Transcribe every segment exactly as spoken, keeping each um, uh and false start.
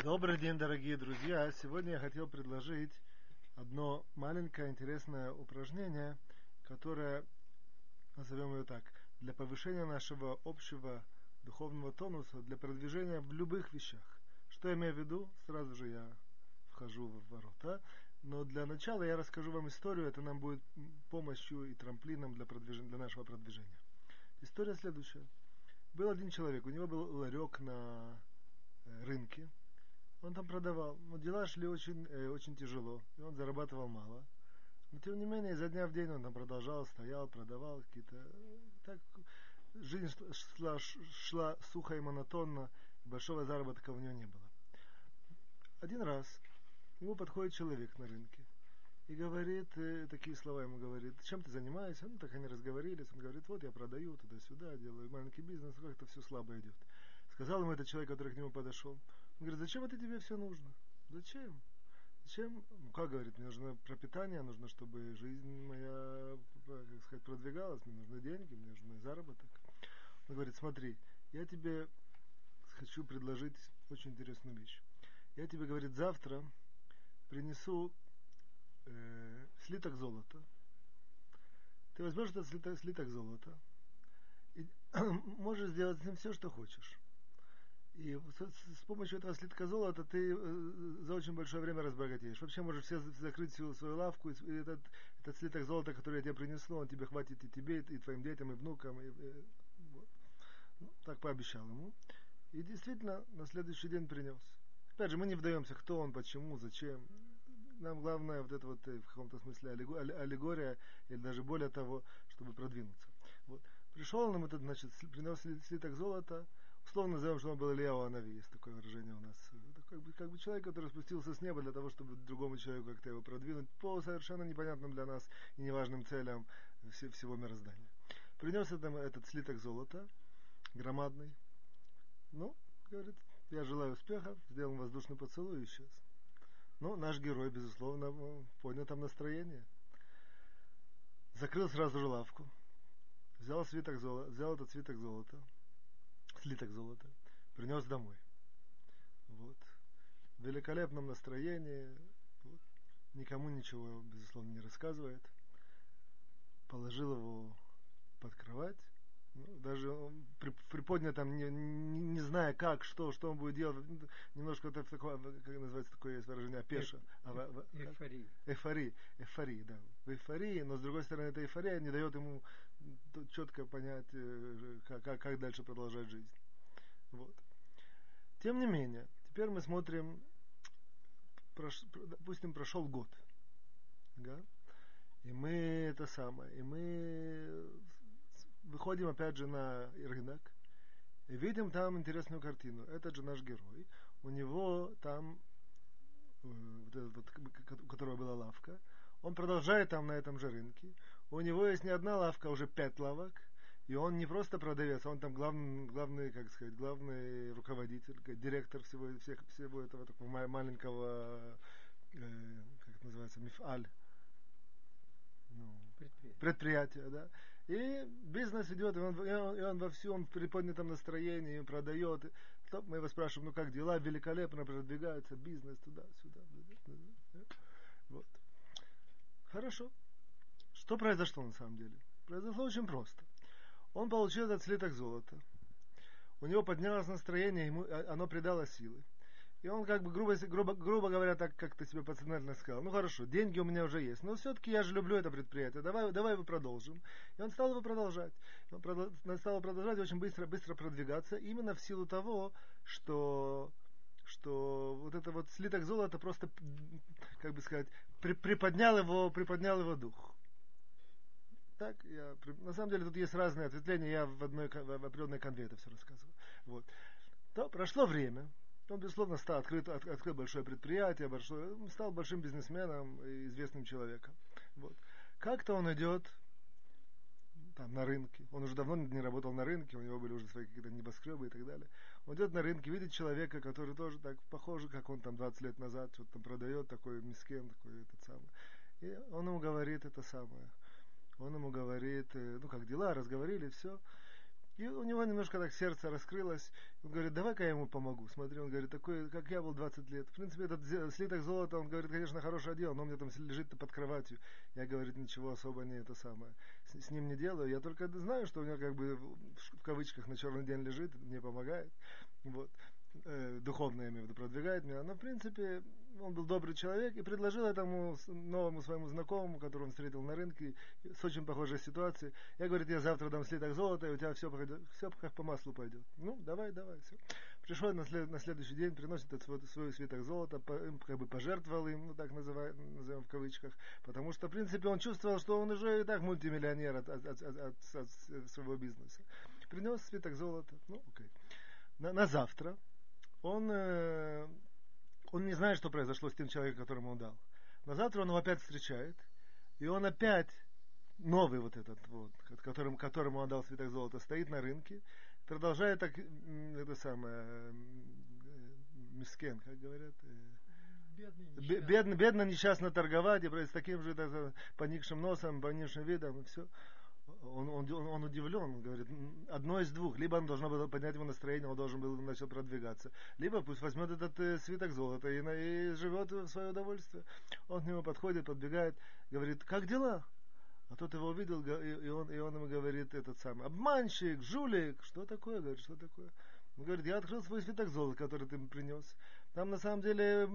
Добрый день, дорогие друзья! Сегодня я хотел предложить одно маленькое интересное упражнение, которое, назовем его так, для повышения нашего общего духовного тонуса, для продвижения в любых вещах. Что я имею в виду? Сразу же я вхожу в ворота. Но для начала я расскажу вам историю, это нам будет помощью и трамплином для, продвижения, для нашего продвижения. История следующая. Был один человек, у него был ларек на рынке. Он там продавал, но дела шли очень, э, очень тяжело, и он зарабатывал мало. Но тем не менее, изо дня в день он там продолжал, стоял, продавал какие-то... э, Так жизнь шла, шла сухо и монотонно, и большого заработка у него не было. Один раз к нему подходит человек на рынке и говорит, э, такие слова ему говорит: чем ты занимаешься? Ну, так они разговорились. Он говорит: вот я продаю туда-сюда, делаю маленький бизнес, как-то все слабо идет. Сказал ему этот человек, который к нему подошел. Он говорит: зачем это тебе все нужно? Зачем? Зачем? Ну, как, говорит, мне нужно пропитание, нужно, чтобы жизнь моя, как сказать, продвигалась, мне нужны деньги, мне нужен заработок. Он говорит: смотри, я тебе хочу предложить очень интересную вещь. Я тебе, говорит, завтра принесу э, слиток золота. Ты возьмешь этот слиток, слиток золота и можешь сделать с ним все, что хочешь. И с, с помощью этого слитка золота ты э, за очень большое время разбогатеешь. Вообще можешь все закрыть всю свою лавку, и этот, этот слиток золота, который я тебе принесу, он тебе хватит и тебе, и твоим детям, и внукам. И, и, вот. Ну, так пообещал ему. И действительно, на следующий день принес. Опять же, мы не вдаемся, кто он, почему, зачем. Нам главное вот это вот в каком-то смысле аллегория, или даже более того, чтобы продвинуться. Вот. Пришел он, ему, значит, принес слиток золота. Условно назовем, что он был Ильяу Анави, есть такое выражение у нас. Это как бы, как бы человек, который спустился с неба для того, чтобы другому человеку как-то его продвинуть по совершенно непонятным для нас и неважным целям всего мироздания. Принес этому этот слиток золота, громадный. Ну, говорит, я желаю успехов, сделал воздушный поцелуй и исчез. Ну, наш герой, безусловно, поднял там настроение. Закрыл сразу же лавку, взял, свиток золота, взял этот свиток золота, слиток золота, принес домой. Вот. В великолепном настроении, вот. Никому ничего, безусловно, не рассказывает. Положил его под кровать. Ну, даже он приподнят там, не, не, не зная как, что, что он будет делать, немножко это такое, как называется такое есть выражение, опеша. Эйфория. Эйфория, эйфория, да. В эйфории, но с другой стороны, эта эйфория не дает ему четко понять, как, как дальше продолжать жизнь. Вот. Тем не менее, теперь мы смотрим, прош, допустим, прошел год. Да? И мы это самое, и мы выходим опять же на рынок и видим там интересную картину. Этот же наш герой. У него там, вот этот вот, у которого была лавка, он продолжает там на этом же рынке. У него есть не одна лавка, а уже пять лавок. И он не просто продавец, он там главный, главный, как сказать, главный руководитель, директор всего, всех, всего этого такого маленького, э, как это называется, мифаль. Ну, предприятие. предприятие, да. И бизнес идет, и он, и он, и он во всем приподнятом настроении продает. То мы его спрашиваем: ну как дела? Великолепно продвигаются, бизнес туда-сюда. Вот. Хорошо. Что произошло на самом деле? Произошло очень просто. Он получил этот слиток золота. У него поднялось настроение, ему, оно придало силы. И он как бы, грубо, грубо, грубо говоря, так как ты себе подсознательно сказал: ну хорошо, деньги у меня уже есть, но все-таки я же люблю это предприятие, давай, давай его продолжим. И он стал его продолжать. Он продол- стал его продолжать очень быстро, быстро продвигаться, именно в силу того, что, что вот это вот слиток золота просто, как бы сказать, при, приподнял его, приподнял его дух. Так, я, на самом деле тут есть разные ответвления, я в одной в определенной конве это все рассказываю. Вот. То прошло время. Он, безусловно, стал открыть, от, открыл большое предприятие, большое, стал большим бизнесменом и известным человеком. Вот. Как-то он идет там, на рынке. Он уже давно не работал на рынке, у него были уже свои какие-то небоскребы и так далее. Он идет на рынке, видит человека, который тоже так похож, как он там двадцать лет назад, что-то там продает, такой мискен, такой этот самый. И он ему говорит это самое. Он ему говорит, ну как дела, разговорили, все. И у него немножко так сердце раскрылось. Он говорит, давай-ка я ему помогу. Смотри, он говорит, такой, как я был двадцать лет. В принципе, этот слиток золота, он говорит, конечно, хорошее дело, но он мне там лежит под кроватью. Я, говорит, ничего особо не это самое. С, с ним не делаю. Я только знаю, что у него как бы в кавычках на черный день лежит, мне помогает. Вот. Э, духовно, я имею в виду, продвигает меня. Но, в принципе, он был добрый человек и предложил этому новому своему знакомому, которого он встретил на рынке, с очень похожей ситуацией. Я, говорит, я завтра дам слиток золота, и у тебя все, все как по маслу пойдет. Ну, давай, давай, все. Пришел на, след, на следующий день, приносит этот свой, свой слиток золота, по, как бы пожертвовал им, ну так называем, назовем в кавычках, потому что, в принципе, он чувствовал, что он уже и так мультимиллионер от, от, от, от, от, от своего бизнеса. Принес слиток золота, ну, окей. На, на завтра он, э, он не знает, что произошло с тем человеком, которому он дал. На завтра он его опять встречает, и он опять, новый вот этот вот, которым, которому он дал слиток золота, стоит на рынке, продолжает так, это самое, мискен, как говорят, бедный, несчастно. Бедно, бедно, несчастно торговать, и с таким же так, поникшим носом, поникшим видом, и все. Он, он, он удивлен, он говорит, одно из двух, либо он должно было поднять его настроение, он должен был начать продвигаться, либо пусть возьмет этот э, свиток золота и, и живет в свое удовольствие. Он к нему подходит, подбегает, говорит, как дела? А тот его увидел, и он, и он ему говорит, этот самый, обманщик, жулик, что такое, говорит, что такое? Он говорит, я открыл свой свиток золота, который ты мне принес. Там на самом деле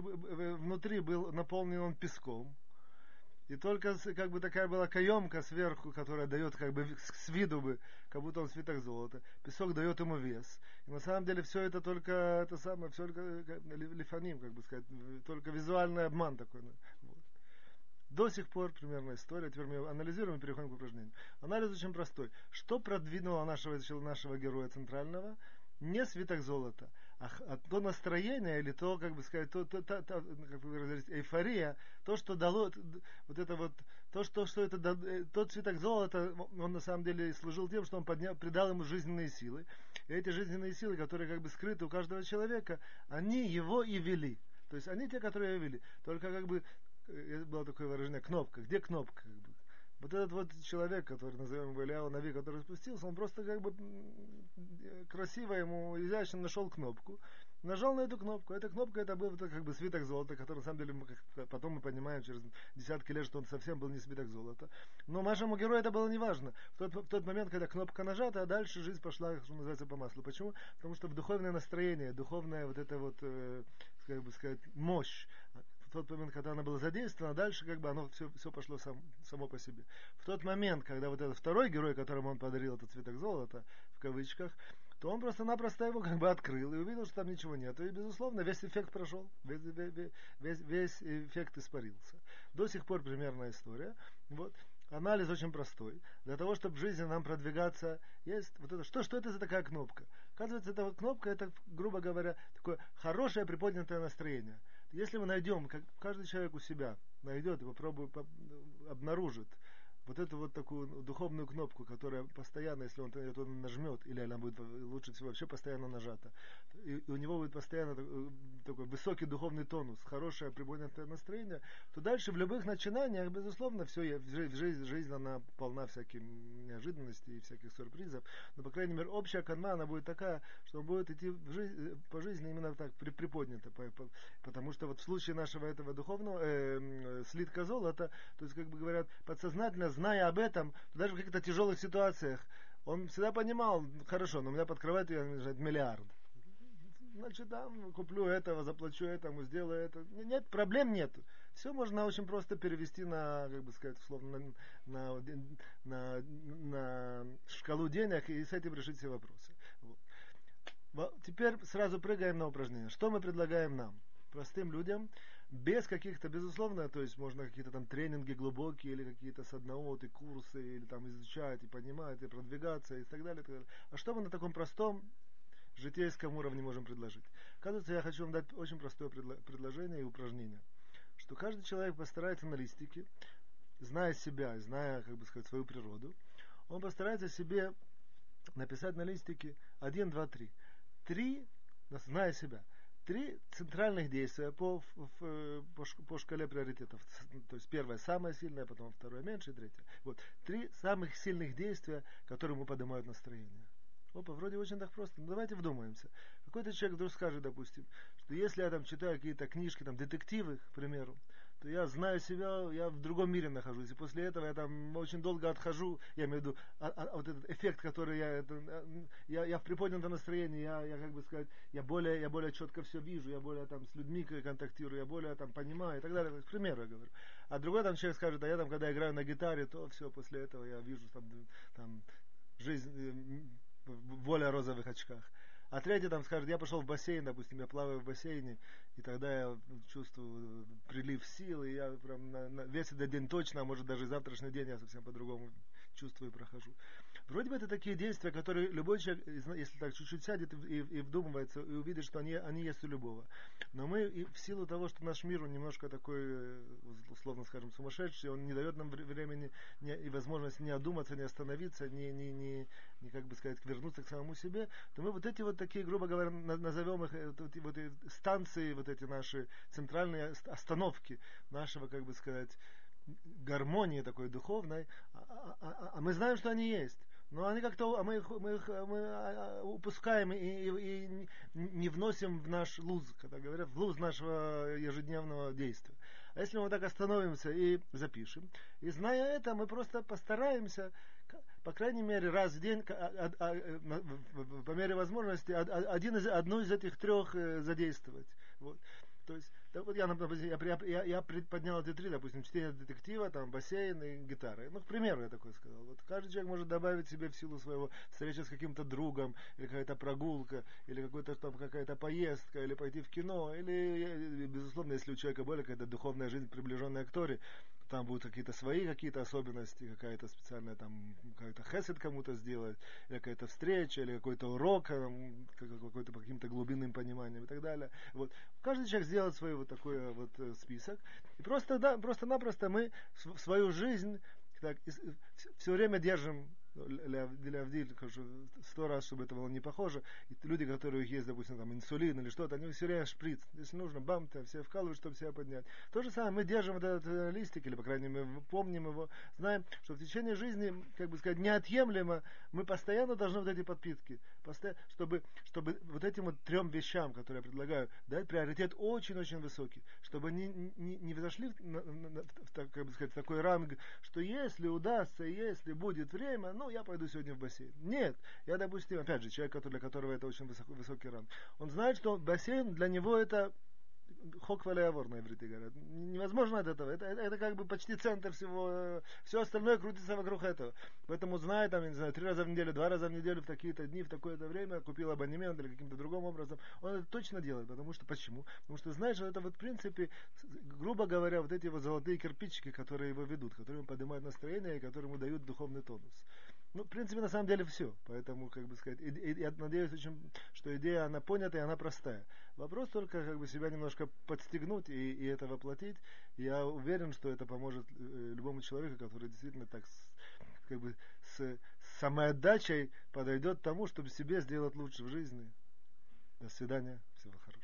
внутри был наполнен он песком. И только как бы такая была каемка сверху, которая дает как бы с виду бы, как будто он свиток золота. Песок дает ему вес. И на самом деле все это только это самое, все только лифаним, как бы сказать, только визуальный обман такой. Вот. До сих пор примерная история. Теперь мы анализируем и переходим к упражнению. Анализ очень простой. Что продвинуло нашего, нашего героя центрального? Не свиток золота, а, а то настроение, или то, как бы сказать, то, то, то, то, как вы выразились, эйфория, то, что дало, вот это вот, то, что, что это, тот свиток золота, он на самом деле служил тем, что он поднял, придал ему жизненные силы. И эти жизненные силы, которые как бы скрыты у каждого человека, они его и вели. То есть они те, которые его вели. Только как бы, было такое выражение, кнопка. Где кнопка? Как бы? Вот этот вот человек, который, назовем его Ильяу Нави, который спустился, он просто как бы красиво ему, изящно нашел кнопку, нажал на эту кнопку. Эта кнопка, это был как бы свиток золота, который на самом деле мы, потом мы понимаем через десятки лет, что он совсем был не свиток золота. Но нашему герою это было не важно. В тот, в тот момент, когда кнопка нажата, а дальше жизнь пошла, что называется, по маслу. Почему? Потому что в духовное настроение, духовная вот эта вот, э, как бы сказать, мощь, в тот момент, когда она была задействована, дальше как бы оно все, все пошло сам, само по себе. В тот момент, когда вот этот второй герой, которому он подарил этот цветок золота, в кавычках, то он просто-напросто его как бы открыл и увидел, что там ничего нет. И, безусловно, весь эффект прошел, весь, весь, весь эффект испарился. До сих пор примерная история. Вот. Анализ очень простой. Для того, чтобы в жизни нам продвигаться, есть вот это. Что, что это за такая кнопка? Оказывается, эта кнопка, это, грубо говоря, такое хорошее приподнятое настроение. Если мы найдем, как каждый человек у себя найдет и попробует, обнаружит вот эту вот такую духовную кнопку, которая постоянно, если он, он нажмет, или она будет лучше всего вообще постоянно нажата, и, и у него будет постоянно такой, такой высокий духовный тонус, хорошее приподнятое настроение, то дальше в любых начинаниях, безусловно, все, жизнь, жизнь она полна всяких неожиданностей и всяких сюрпризов, но, по крайней мере, общая канва, она будет такая, что он будет идти в жизнь, по жизни именно так приподнято, потому что вот в случае нашего этого духовного э, слитка золота, то есть, как бы говорят, подсознательно, зная об этом, даже в каких-то тяжелых ситуациях, он всегда понимал, хорошо, но у меня под кроватью я лежит миллиард. Значит, да, куплю этого, заплачу этому, сделаю это. Нет, проблем нет. Все можно очень просто перевести на, как бы сказать, условно, на, на, на, на шкалу денег и с этим решить все вопросы. Вот. Теперь сразу прыгаем на упражнение. Что мы предлагаем нам? Простым людям, без каких-то, безусловно, то есть можно какие-то там тренинги глубокие, или какие-то с одного и курсы, или там изучать, и понимать, и продвигаться, и так далее, и так далее. А что мы на таком простом житейском уровне можем предложить? Оказывается, я хочу вам дать очень простое предло- предложение и упражнение, что каждый человек постарается на листике, зная себя, зная, как бы сказать, свою природу, он постарается себе написать на листике один, два, три. Три, зная себя. Три центральных действия по, по, по шкале приоритетов. То есть первое самое сильное, потом второе меньше, и третье. Вот. Три самых сильных действия, которые ему поднимают настроение. Опа, вроде очень так просто. Ну, давайте вдумаемся. Какой-то человек вдруг скажет, допустим, что если я там читаю какие-то книжки, там, детективы, к примеру, то я знаю себя, я в другом мире нахожусь. И после этого я там очень долго отхожу, я имею в виду, а, а, вот этот эффект, который я, это, я, я в приподнятом настроении, я, я, как бы сказать, я более, я более четко все вижу, я более там с людьми контактирую, я более там понимаю и так далее. К примеру, я говорю. А другой там человек скажет, а я там, когда играю на гитаре, то все, после этого я вижу там, там жизнь, воля о розовых очках. А третий там скажет, я пошел в бассейн, допустим, я плаваю в бассейне, и тогда я чувствую прилив сил, и я прям на, на весь этот день точно, а может даже завтрашний день я совсем по-другому чувствую и прохожу. Вроде бы это такие действия, которые любой человек, если так чуть-чуть сядет и, и вдумывается, и увидит, что они, они есть у любого. Но мы и в силу того, что наш мир, он немножко такой, условно скажем, сумасшедший, он не дает нам времени не, и возможности не одуматься, не остановиться, не, не, не, не, как бы сказать, вернуться к самому себе, то мы вот эти вот такие, грубо говоря, назовем их вот, вот, вот, станции, вот эти наши центральные остановки нашего, как бы сказать, гармонии такой духовной, а, а, а, а мы знаем, что они есть. Но они как-то, а мы их, мы их мы упускаем и, и, и не вносим в наш луз, когда говорят, в луз нашего ежедневного действия. А если мы вот так остановимся и запишем, и зная это, мы просто постараемся, по крайней мере, раз в день, по мере возможности, один из, одну из этих трех задействовать. Вот. То есть, да, вот я, я, я, я поднял эти три, допустим, чтение детектива, там, бассейн и гитара. Ну, к примеру, я такое сказал. Вот каждый человек может добавить себе в силу своего встречи с каким-то другом, или какая-то прогулка, или какой-то, там, какая-то поездка, или пойти в кино, или, безусловно, если у человека более какая-то духовная жизнь, приближенная к Торе, там будут какие-то свои какие-то особенности, какая-то специальная там, какой-то хесед кому-то сделать, или какая-то встреча, или какой-то урок, какой-то по каким-то глубинным пониманиям и так далее. Вот. Каждый человек сделает свой вот такой вот список. И просто, да, просто-напросто мы свою жизнь так, все время держим Леавдиль, сто раз, чтобы это было не похоже. И люди, которые есть, допустим, там инсулин или что-то, они все время шприц. Если нужно, бам-то, все вкалывают, чтобы себя поднять. То же самое, мы держим вот этот листик, или, по крайней мере, помним его, знаем, что в течение жизни, как бы сказать, неотъемлемо, мы постоянно должны вот эти подпитки, чтобы, чтобы вот этим вот трем вещам, которые я предлагаю, дать приоритет очень-очень высокий, чтобы они не, не взошли в, на, на, в, так, как бы сказать, в такой ранг, что если удастся, если будет время, ну, я пойду сегодня в бассейн. Нет, я, допустим, опять же, человек, который, для которого это очень высоко, высокий ранг, он знает, что бассейн для него это хок валеавор на иврите говорят. Невозможно от этого. Это, это, это как бы почти центр всего. Все остальное крутится вокруг этого. Поэтому знаю, там, не знаю, три раза в неделю, два раза в неделю, в такие-то дни, в такое-то время, купил абонемент или каким-то другим образом. Он это точно делает. Потому что, почему? Потому что знает, что это вот, в принципе, грубо говоря, вот эти вот золотые кирпичики, которые его ведут, которые ему поднимают настроение и которые ему дают духовный тонус. Ну, в принципе, на самом деле все. Поэтому, как бы сказать, и, и, я надеюсь очень, что идея, она понята и она простая. Вопрос только, как бы, себя немножко подстегнуть и, и это воплотить. Я уверен, что это поможет э, любому человеку, который действительно так, с, как бы, с самоотдачей подойдет к тому, чтобы себе сделать лучше в жизни. До свидания. Всего хорошего.